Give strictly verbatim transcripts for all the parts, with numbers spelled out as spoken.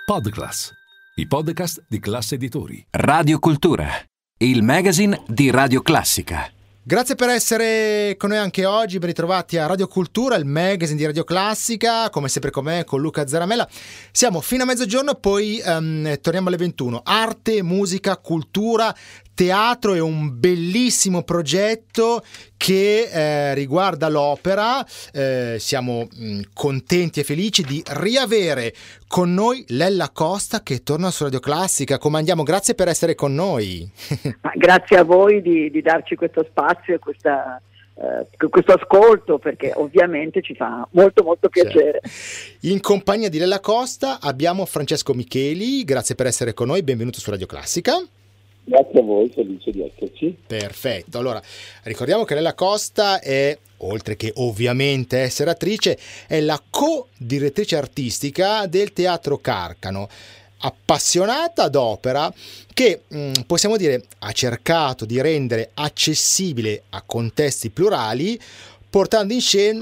Podclass, i podcast di Classe Editori. Radio Cultura, il magazine di Radio Classica. Grazie per essere con noi anche oggi, ben ritrovati a Radio Cultura, il magazine di Radio Classica, come sempre con me, con Luca Zaramella. Siamo fino a mezzogiorno, poi um, torniamo alle ventuno. Arte, musica, cultura, teatro è un bellissimo progetto che eh, riguarda l'opera. Eh, siamo mh, contenti e felici di riavere con noi Lella Costa che torna su Radio Classica. Come andiamo? Grazie per essere con noi. Grazie a voi di, di darci questo spazio e questa, eh, questo ascolto, perché ovviamente ci fa molto molto piacere. Certo. In compagnia di Lella Costa abbiamo Francesco Micheli. Grazie per essere con noi, benvenuto su Radio Classica. Grazie a voi, felice di esserci. Perfetto, allora ricordiamo che Lella Costa è, oltre che ovviamente essere attrice, è la co-direttrice artistica del Teatro Carcano, appassionata d'opera che mh, possiamo dire ha cercato di rendere accessibile a contesti plurali, portando in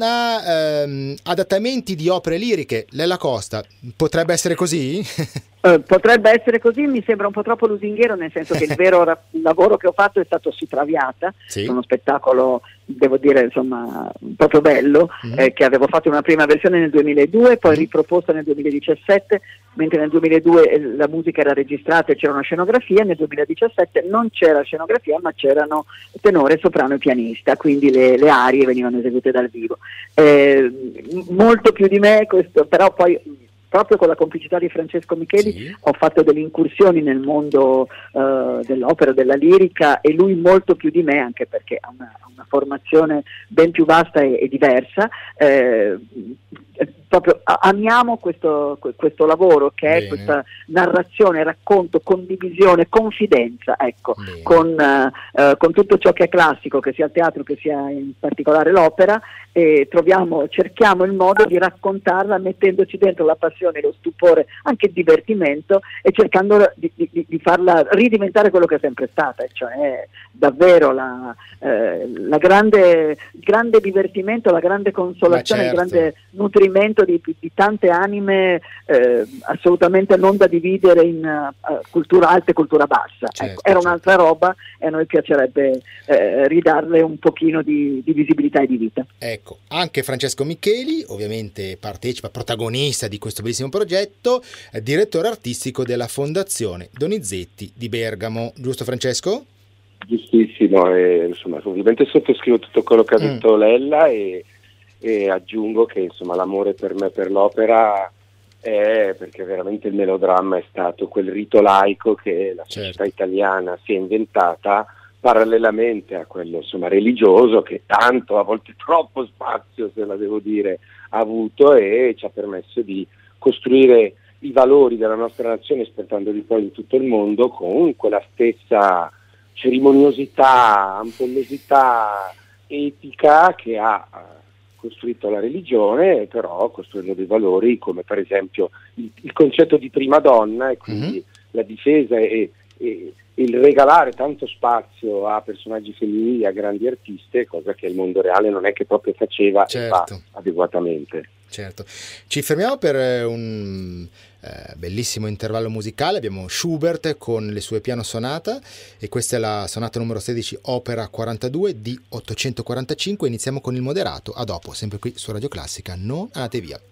scena ehm, adattamenti di opere liriche. Lella Costa, potrebbe essere così? Uh, potrebbe essere così, mi sembra un po' troppo lusinghiero, nel senso che il vero ra- lavoro che ho fatto è stato su Traviata, sì. Uno spettacolo, devo dire, insomma, proprio bello, mm-hmm. eh, che avevo fatto una prima versione nel duemiladue, poi mm-hmm. riproposta nel duemiladiciassette, mentre nel duemiladue eh, la musica era registrata e c'era una scenografia, nel duemiladiciassette non c'era scenografia, ma c'erano tenore, soprano e pianista, quindi le, le arie venivano eseguite dal vivo. Eh, molto più di me, questo, però poi proprio con la complicità di Francesco Micheli, sì. Ho fatto delle incursioni nel mondo uh, dell'opera, della lirica, e lui molto più di me, anche perché ha una, una formazione ben più vasta e, e diversa. Eh, proprio amiamo questo, questo lavoro che Bene. È questa narrazione, racconto, condivisione, confidenza, ecco, con, uh, uh, con tutto ciò che è classico, che sia il teatro, che sia in particolare l'opera, e troviamo, cerchiamo il modo di raccontarla mettendoci dentro la passione, lo stupore, anche il divertimento, e cercando di, di, di farla ridiventare quello che è sempre stata, cioè davvero la, eh, la grande, grande divertimento, la grande consolazione, certo. Il grande nutrimento Di, di tante anime, eh, assolutamente non da dividere in uh, cultura alta e cultura bassa. Certo, ecco, era certo. Un'altra roba e a noi piacerebbe eh, ridarle un pochino di, di visibilità e di vita. Ecco, anche Francesco Micheli ovviamente partecipa, protagonista di questo bellissimo progetto, eh, direttore artistico della Fondazione Donizetti di Bergamo, giusto Francesco? Giustissimo, e, insomma, ovviamente sottoscrivo tutto quello che ha detto mm. Lella e e aggiungo che insomma l'amore per me per l'opera è perché veramente il melodramma è stato quel rito laico che la società certo. italiana si è inventata parallelamente a quello insomma religioso, che tanto, a volte troppo spazio, se la devo dire, ha avuto, e ci ha permesso di costruire i valori della nostra nazione, esportandoli poi in tutto il mondo con quella stessa cerimoniosità, ampollosità etica che ha costruito la religione, però costruendo dei valori come per esempio il, il concetto di prima donna, e quindi mm-hmm. la difesa e, e il regalare tanto spazio a personaggi femminili, a grandi artiste, cosa che il mondo reale non è che proprio faceva certo. e fa adeguatamente. Certo. Ci fermiamo per un eh, bellissimo intervallo musicale. Abbiamo Schubert con le sue piano sonata, e questa è la sonata numero sedici, opera quarantadue di ottocentoquarantacinque. Iniziamo con il moderato. A dopo, sempre qui su Radio Classica. Non andate via.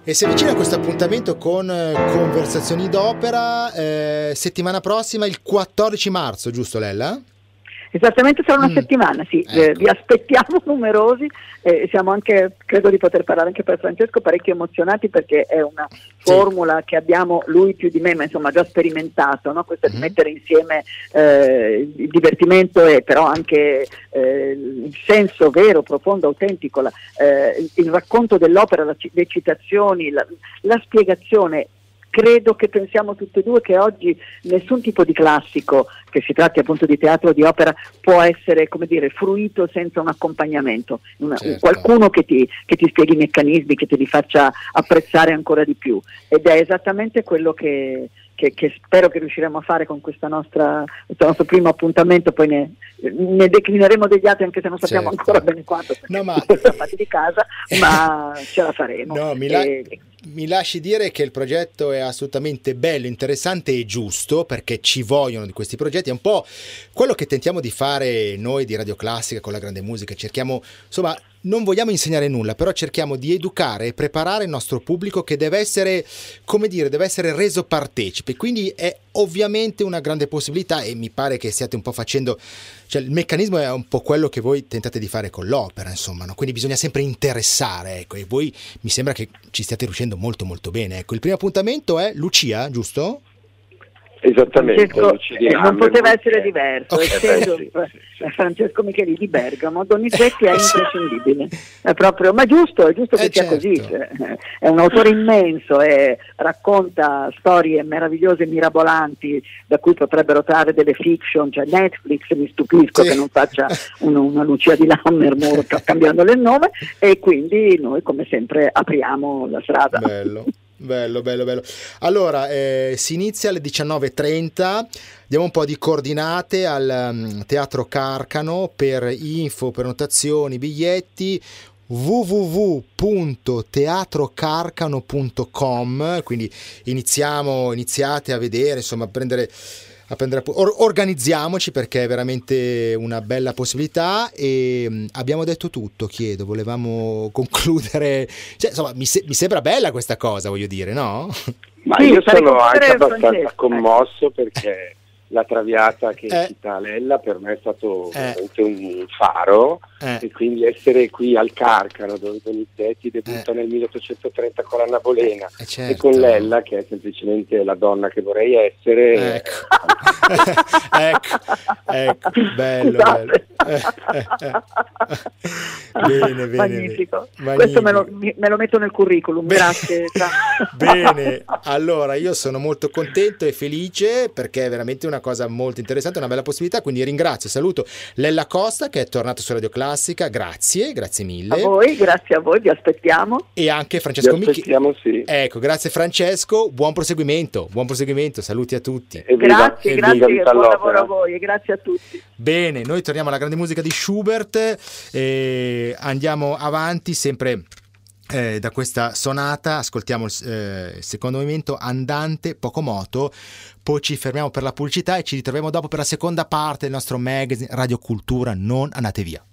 E si avvicina questo appuntamento con Conversazioni d'Opera, eh, settimana prossima, il quattordici marzo, giusto Lella? Esattamente, sarà una mm. settimana, sì, ecco. eh, vi aspettiamo numerosi, eh, siamo anche, credo di poter parlare anche per Francesco, parecchio emozionati perché è una formula sì. che abbiamo, lui più di me, ma insomma già sperimentato, no? Questa mm-hmm. di mettere insieme eh, il divertimento e però anche eh, il senso vero, profondo, autentico, la, eh, il racconto dell'opera, la, le citazioni, la, la spiegazione. Credo che pensiamo tutti e due che oggi nessun tipo di classico, che si tratti appunto di teatro o di opera, può essere, come dire, fruito senza un accompagnamento, una, certo. qualcuno che ti, che ti spieghi i meccanismi, che te li faccia apprezzare ancora di più. Ed è esattamente quello che, che, che spero che riusciremo a fare con questa nostra, questo nostro primo appuntamento, poi ne, ne declineremo degli altri anche se non sappiamo certo. ancora bene quanto, perché no, ma... siamo fatti di casa, ma ce la faremo. No, mi la... e, Mi lasci dire che il progetto è assolutamente bello, interessante e giusto, perché ci vogliono di questi progetti. È un po' quello che tentiamo di fare noi di Radio Classica con la grande musica. Cerchiamo, insomma, non vogliamo insegnare nulla, però cerchiamo di educare e preparare il nostro pubblico, che deve essere, come dire, deve essere reso partecipe. Quindi è ovviamente una grande possibilità, e mi pare che stiate un po' facendo, cioè il meccanismo è un po' quello che voi tentate di fare con l'opera, insomma, no? Quindi bisogna sempre interessare, ecco, e voi mi sembra che ci stiate riuscendo molto molto bene, ecco. Il primo appuntamento è Lucia, giusto? Esattamente, Francesco, eh, non poteva essere diverso, okay. essendo eh, sì, sì, sì. Francesco Micheli di Bergamo, Donizetti è imprescindibile, è proprio, ma è giusto, è giusto che eh, sia certo. così, è un autore immenso e racconta storie meravigliose, mirabolanti, da cui potrebbero trarre delle fiction, cioè Netflix, mi stupisco sì. che non faccia un, una Lucia di Lammermoor cambiandole il nome, e quindi noi come sempre apriamo la strada. Bello. Bello, bello, bello. Allora, eh, si inizia alle diciannove e trenta, diamo un po' di coordinate al um, Teatro Carcano. Per info, prenotazioni, biglietti w w w punto teatrocarcano punto com, quindi iniziamo, iniziate a vedere, insomma, a prendere... a prendere or- organizziamoci, perché è veramente una bella possibilità. E mh, abbiamo detto tutto, chiedo, volevamo concludere, cioè, insomma, mi, se- mi sembra bella questa cosa, voglio dire, no? Ma sì, io sono anche abbastanza Francesco, commosso perché la Traviata che eh. cita Lella per me è stato eh. veramente un faro, eh. e quindi essere qui al Carcano, dove Donizetti debutta eh. nel milleottocentotrenta con Anna Bolena, eh, certo. e con Lella, che è semplicemente la donna che vorrei essere. Ecco, ecco, ecco, bello, bello. Eh, eh, eh. Bene, bene, magnifico. bene. Questo me lo, me lo metto nel curriculum, bene. grazie. Bene, allora io sono molto contento e felice, perché è veramente una cosa molto interessante, una bella possibilità, quindi ringrazio, saluto Lella Costa, che è tornato su Radio Classica, grazie, grazie mille. A voi, grazie a voi, vi aspettiamo. E anche Francesco Micheli. Sì. Ecco, grazie Francesco, buon proseguimento, buon proseguimento, saluti a tutti. E viva, grazie, e grazie, viva buon l'opera. lavoro a voi e grazie a tutti. Bene, noi torniamo alla grande musica di Schubert e andiamo avanti sempre eh, da questa sonata. Ascoltiamo il eh, secondo movimento, Andante poco moto, poi ci fermiamo per la pubblicità e ci ritroviamo dopo per la seconda parte del nostro magazine Radio Cultura. Non andate via.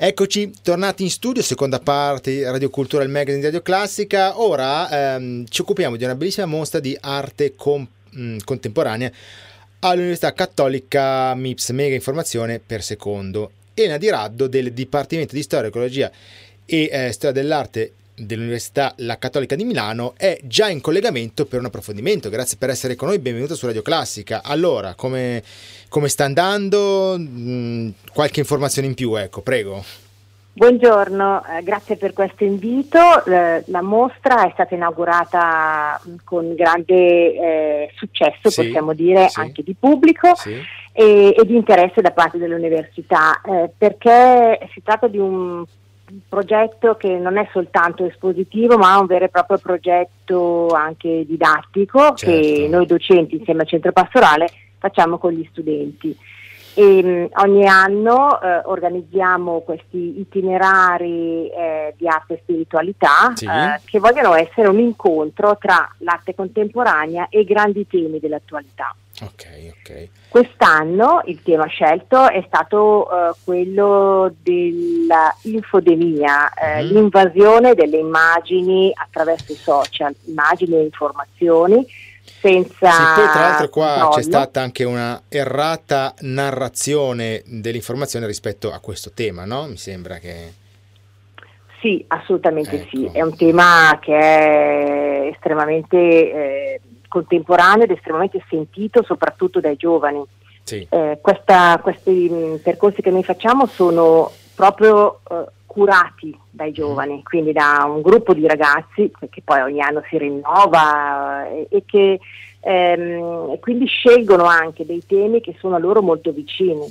Eccoci tornati in studio, seconda parte di Radio Cultura, il magazine di Radio Classica. Ora ehm, ci occupiamo di una bellissima mostra di arte com- mh, contemporanea all'Università Cattolica M I P S, Mega Informazione per Secondo. Elena Di Raddo del Dipartimento di Storia, Ecologia e eh, Storia dell'Arte dell'Università La Cattolica di Milano è già in collegamento per un approfondimento. Grazie per essere con noi, benvenuta su Radio Classica. Allora, come, come sta andando? Mh, qualche informazione in più, ecco, prego. Buongiorno, eh, grazie per questo invito. Eh, la mostra è stata inaugurata con grande eh, successo, sì, possiamo dire, sì, anche di pubblico, sì, e, e di interesse da parte dell'università, eh, perché si tratta di un progetto che non è soltanto espositivo, ma un vero e proprio progetto anche didattico, certo, che noi docenti insieme al centro pastorale facciamo con gli studenti. E, mh, ogni anno eh, organizziamo questi itinerari eh, di arte e spiritualità, sì, eh, che vogliono essere un incontro tra l'arte contemporanea e i grandi temi dell'attualità. Okay, okay. Quest'anno il tema scelto è stato uh, quello dell'infodemia, eh, mm. l'invasione delle immagini attraverso i social, immagini e informazioni senza sì, poi tra l'altro qua controllo. C'è stata anche una errata narrazione dell'informazione rispetto a questo tema, no? Mi sembra che... Sì, assolutamente ecco. Sì, è un tema che è estremamente... Eh, contemporaneo ed estremamente sentito soprattutto dai giovani. Sì. Eh, questa, questi mh, percorsi che noi facciamo sono proprio eh, curati dai giovani, quindi da un gruppo di ragazzi che poi ogni anno si rinnova eh, e che ehm, quindi scelgono anche dei temi che sono a loro molto vicini.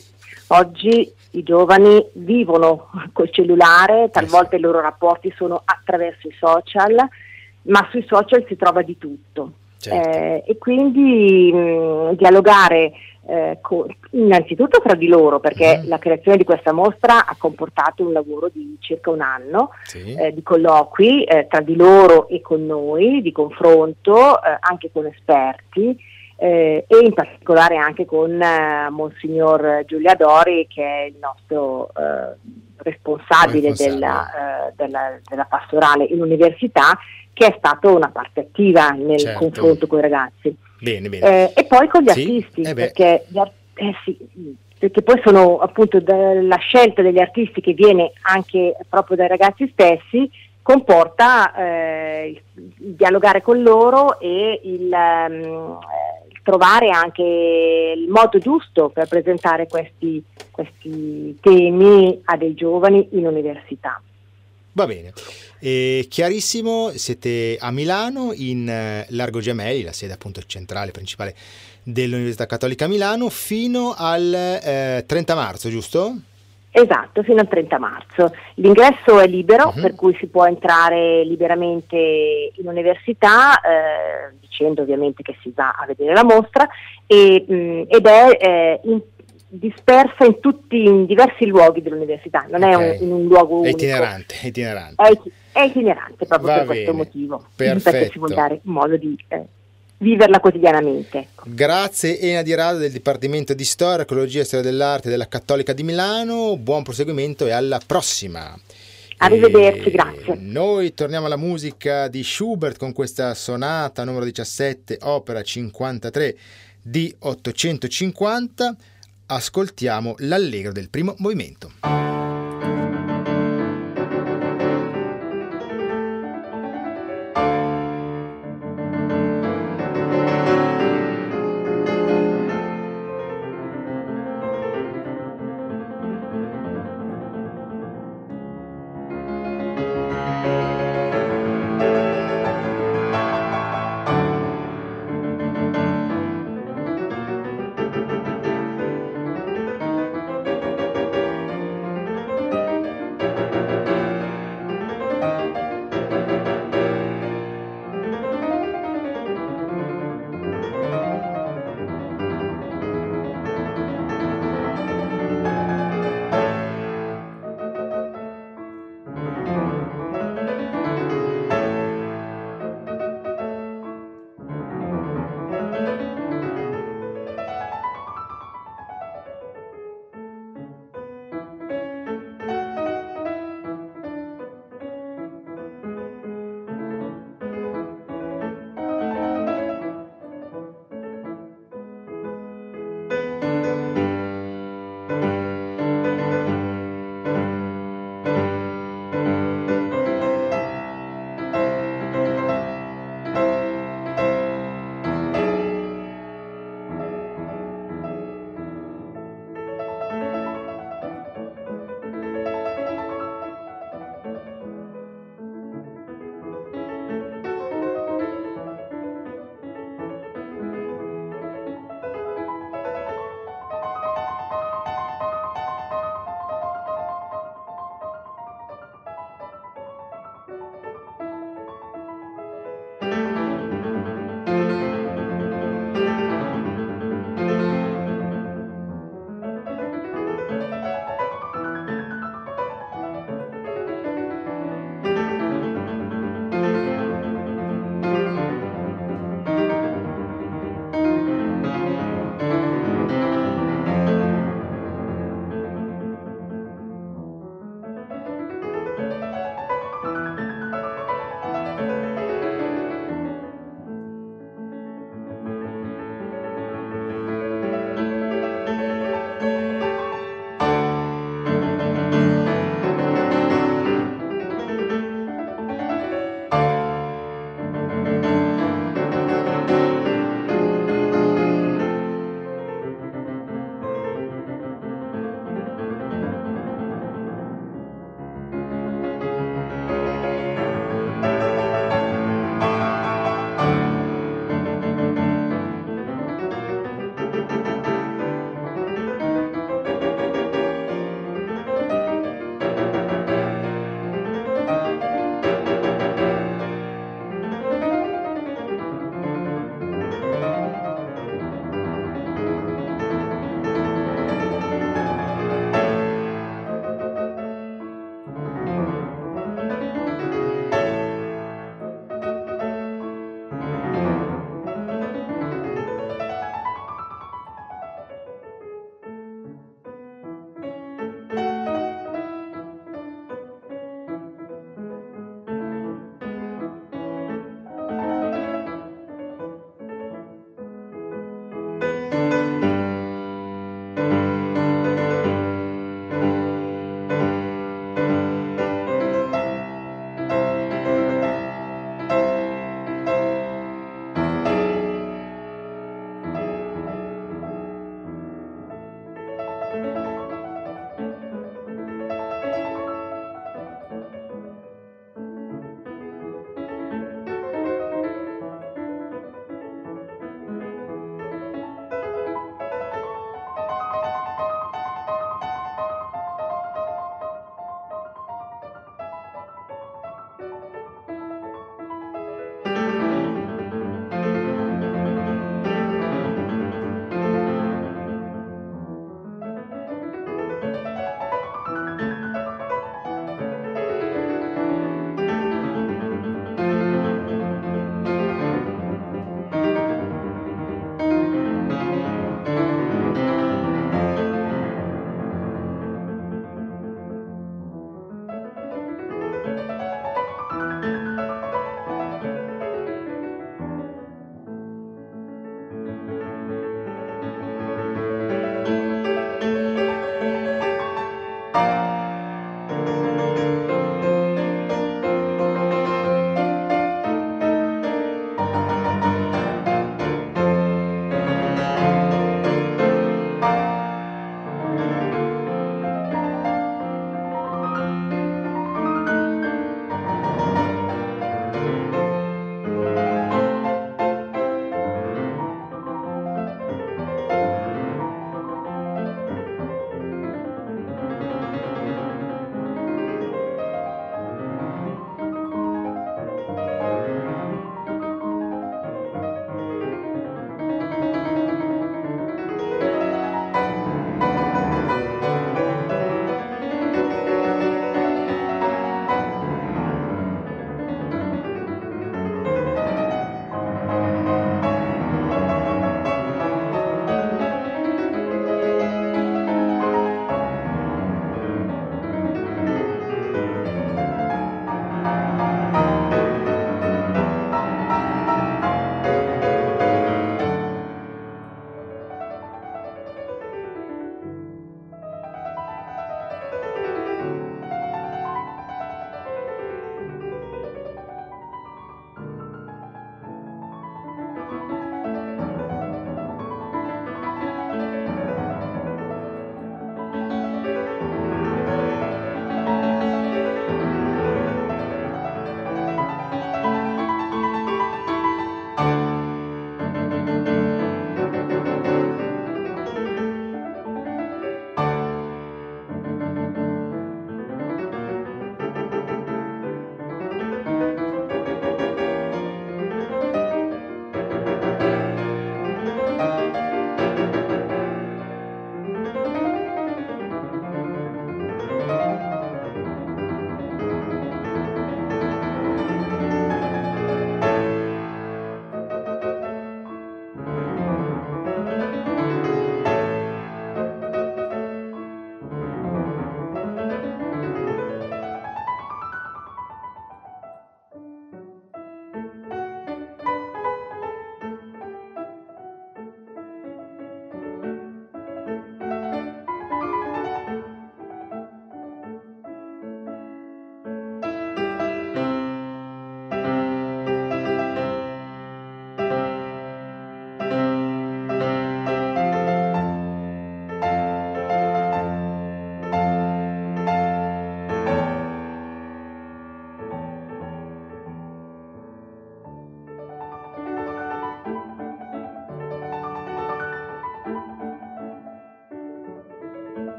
Oggi i giovani vivono col cellulare, talvolta i loro rapporti sono attraverso i social, ma sui social si trova di tutto. Certo. Eh, e quindi mh, dialogare eh, co- innanzitutto tra di loro, perché mm. la creazione di questa mostra ha comportato un lavoro di circa un anno, sì, eh, di colloqui eh, tra di loro e con noi, di confronto eh, anche con esperti eh, e in particolare anche con eh, Monsignor Giulio Adori, che è il nostro eh, responsabile, responsabile. Della, eh, della, della pastorale in università, che è stato una parte attiva nel certo. confronto con i ragazzi. Bene, bene. Eh, e poi con gli sì? artisti, eh perché, gli art- eh sì, perché poi sono appunto da- la scelta degli artisti che viene anche proprio dai ragazzi stessi, comporta eh, il, il dialogare con loro e il, um, il trovare anche il modo giusto per presentare questi, questi temi a dei giovani in università. Va bene, eh, chiarissimo, siete a Milano in eh, Largo Gemelli, la sede appunto centrale, principale dell'Università Cattolica Milano, fino al eh, trenta marzo, giusto? Esatto, fino al trenta marzo. L'ingresso è libero, uh-huh. per cui si può entrare liberamente in università, eh, dicendo ovviamente che si va a vedere la mostra, e, mh, ed è eh, in dispersa in tutti, in diversi luoghi dell'università, non okay. è un, in un luogo unico. È itinerante, è itinerante. È, è itinerante proprio Va per bene. questo motivo, Perfetto. perché si vuole dare un modo di eh, viverla quotidianamente. Ecco. Grazie Elena Di Raddo del Dipartimento di Storia, Ecologia e Storia dell'Arte della Cattolica di Milano, buon proseguimento e alla prossima. Arrivederci, e grazie. Noi torniamo alla musica di Schubert con questa sonata numero diciassette, opera cinquantatré di ottocentocinquanta. Ascoltiamo l'allegro del primo movimento.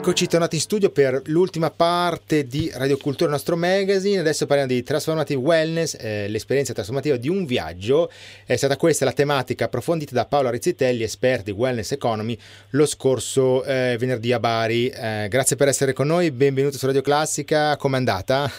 Eccoci tornati in studio per l'ultima parte di Radio Cultura, il nostro magazine. Adesso parliamo di Transformative Wellness, eh, l'esperienza trasformativa di un viaggio. È stata questa la tematica approfondita da Paola Rizzitelli, esperta di Wellness Economy, lo scorso eh, venerdì a Bari. Eh, grazie per essere con noi, benvenuto su Radio Classica, com'è andata?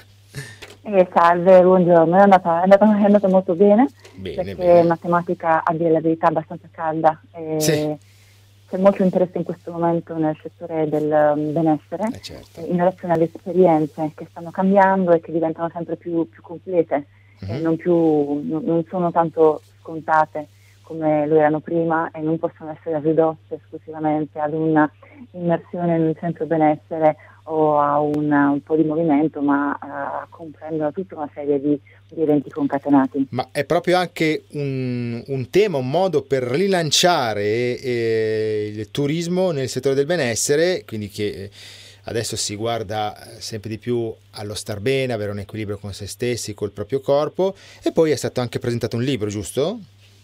Eh, salve, buongiorno, è andata, è, andata, è andata molto bene, bene perché bene. è una tematica, a dire la verità, abbastanza calda. E sì. C'è molto interesse in questo momento nel settore del um, benessere, eh certo. in relazione alle esperienze che stanno cambiando e che diventano sempre più, più complete, uh-huh. e non, più, non, non sono tanto scontate come lo erano prima e non possono essere ridotte esclusivamente ad una immersione nel centro benessere o a una, un po' di movimento, ma uh, comprendono tutta una serie di, di eventi concatenati. Ma è proprio anche un, un tema, un modo per rilanciare eh, il turismo nel settore del benessere, quindi che adesso si guarda sempre di più allo star bene, avere un equilibrio con se stessi, col proprio corpo, e poi è stato anche presentato un libro, giusto?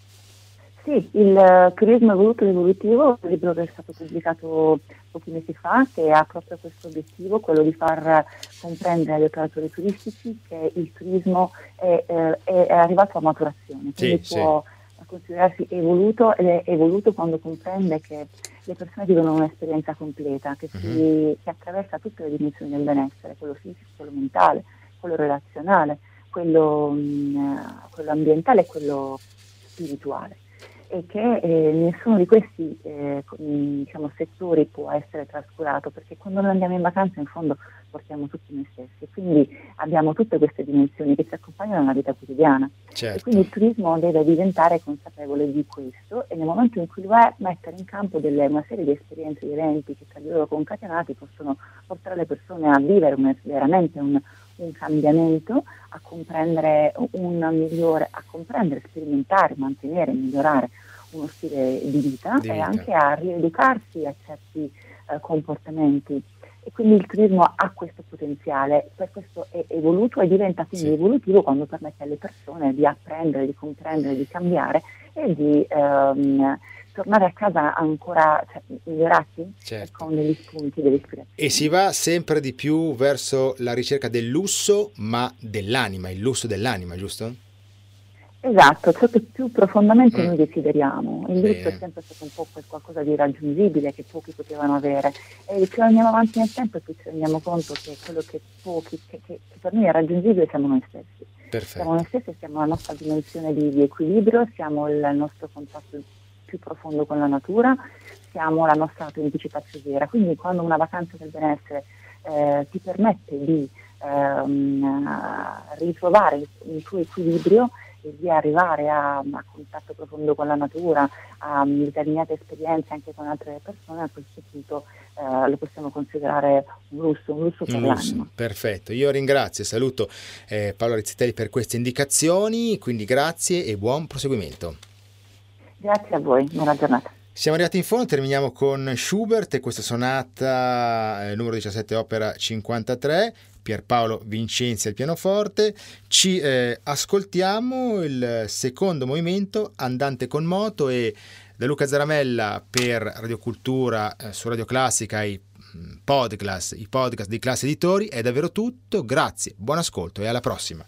Sì, il uh, Turismo evoluto ed evolutivo, un libro che è stato pubblicato pochi mesi fa, che ha proprio questo obiettivo, quello di far comprendere agli operatori turistici che il turismo è, eh, è arrivato a maturazione, quindi sì, può sì. considerarsi evoluto, ed è evoluto quando comprende che le persone vivono un'esperienza completa, che, si, uh-huh. che attraversa tutte le dimensioni del benessere, quello fisico, quello mentale, quello relazionale, quello, mh, quello ambientale e quello spirituale. E che eh, nessuno di questi eh, diciamo, settori può essere trascurato, perché quando noi andiamo in vacanza in fondo portiamo tutti noi stessi, quindi abbiamo tutte queste dimensioni che ci accompagnano nella vita quotidiana. Certo. E quindi il turismo deve diventare consapevole di questo, e nel momento in cui lo è, mettere in campo delle, una serie di esperienze, di eventi che tra di loro concatenati possono portare le persone a vivere un, veramente un, un cambiamento, a comprendere un migliore, a comprendere, sperimentare, mantenere, migliorare uno stile di vita, di vita. E anche a rieducarsi a certi uh, comportamenti. E quindi il turismo ha questo potenziale, per questo è evoluto e diventa quindi sì. evolutivo quando permette alle persone di apprendere, di comprendere, di cambiare e di um, tornare a casa ancora, cioè, migliorati, certo. con degli spunti, delle ispirazioni. E si va sempre di più verso la ricerca del lusso, ma dell'anima, il lusso dell'anima, giusto? Esatto, ciò che più profondamente mm. noi desideriamo. Il lusso Bene. è sempre stato un po' qualcosa di irraggiungibile che pochi potevano avere, e più andiamo avanti nel tempo più ci rendiamo conto che quello che pochi, che, che, che per noi è raggiungibile siamo noi stessi. Perfetto. Siamo noi stessi, siamo la nostra dimensione di, di equilibrio, siamo il nostro contatto più profondo con la natura, siamo la nostra autenticità più vera. Quindi quando una vacanza del benessere eh, ti permette di ehm, ritrovare il, il tuo equilibrio e di arrivare a, a contatto profondo con la natura, a determinate esperienze anche con altre persone, a questo punto eh, lo possiamo considerare un lusso, un lusso per un lusso. L'anima. Perfetto, io ringrazio e saluto eh, Paola Rizzitelli per queste indicazioni, quindi grazie e buon proseguimento. Grazie a voi, buona giornata. Siamo arrivati in fondo, terminiamo con Schubert e questa sonata eh, numero diciassette, opera cinquantatré, Pierpaolo Vincenzi al pianoforte. Ci eh, ascoltiamo il secondo movimento, Andante con moto, e da Luca Zaramella per Radio Cultura eh, su Radio Classica i podcast, i podcast di Classe Editori è davvero tutto. Grazie, buon ascolto e alla prossima.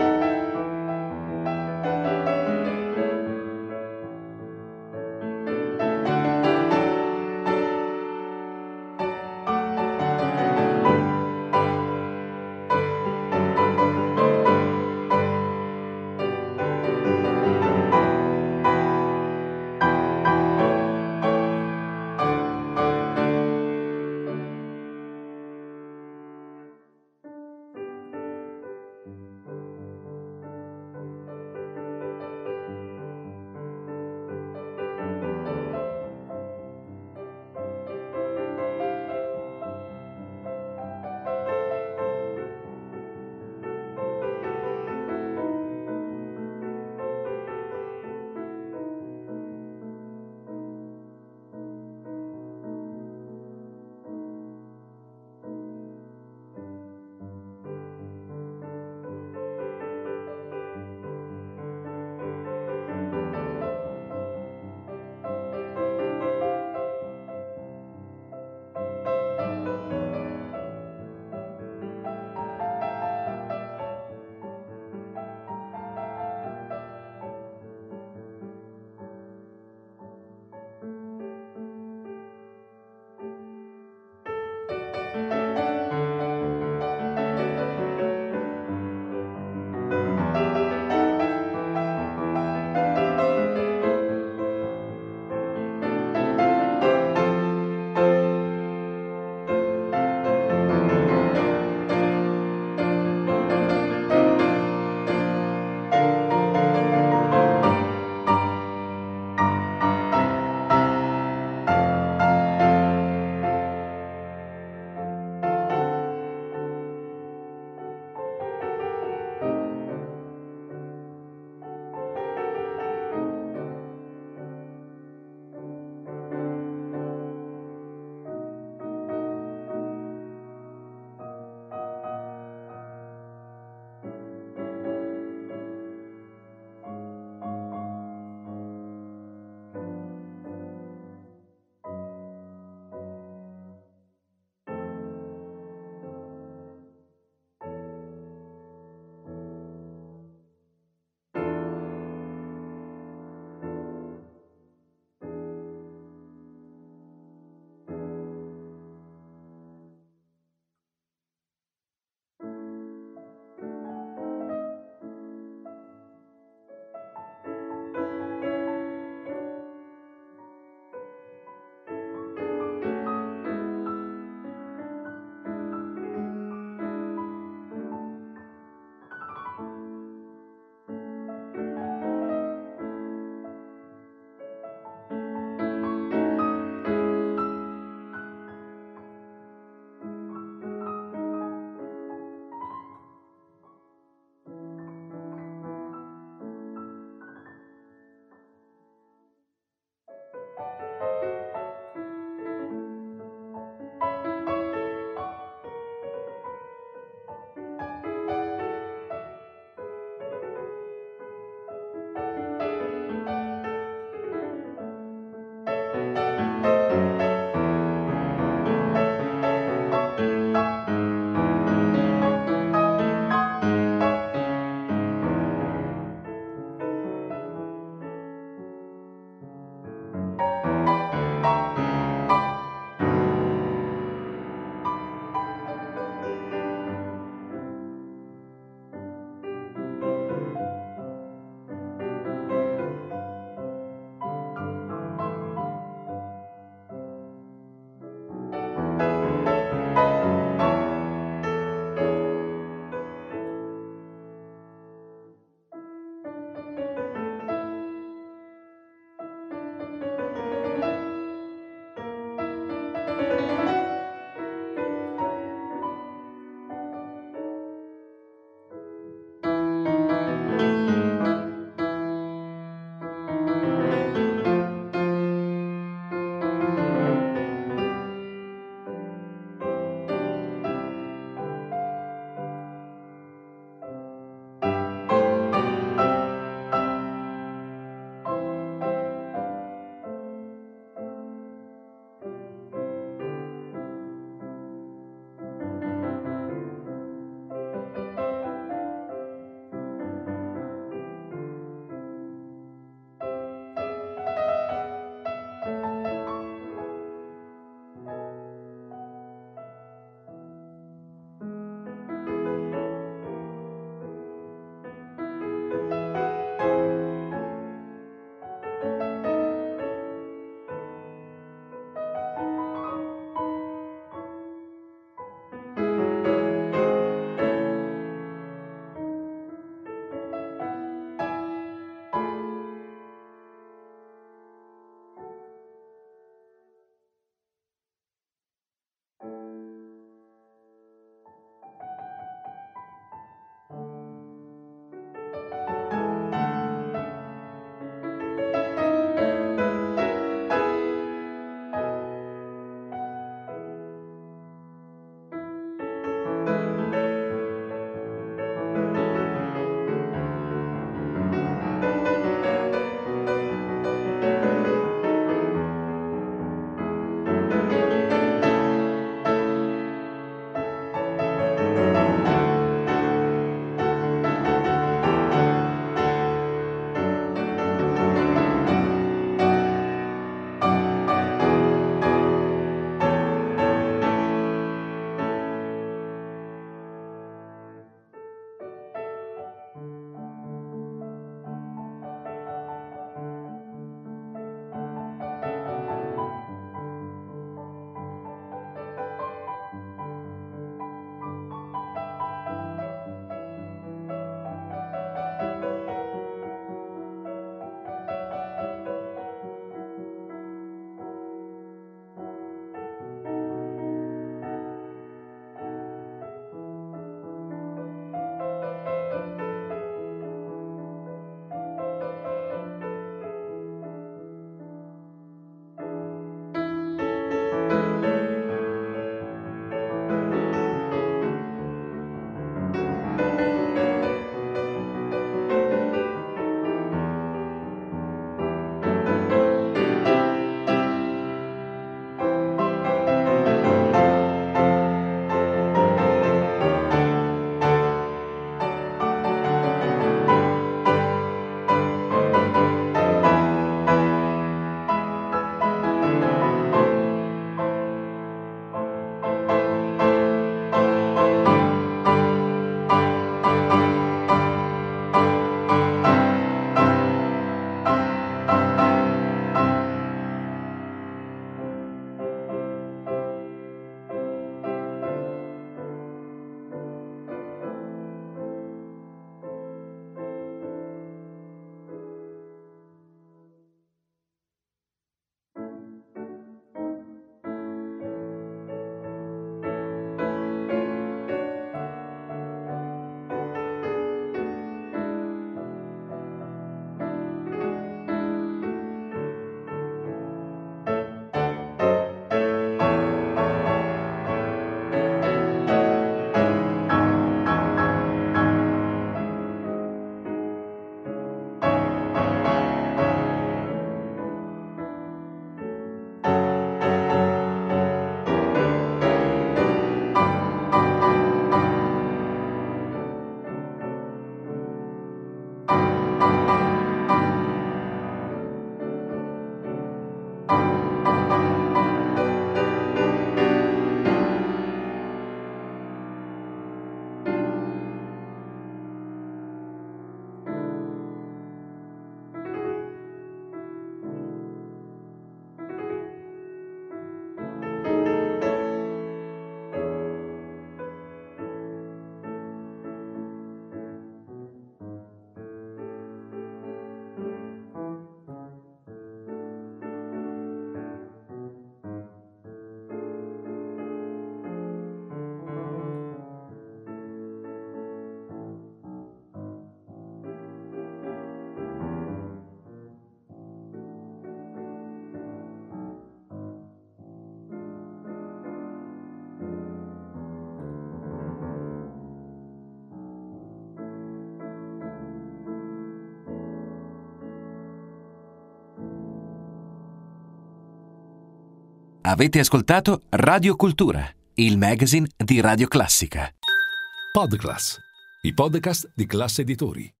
Avete ascoltato Radio Cultura, il magazine di Radio Classica. Podclass, i podcast di Classe Editori.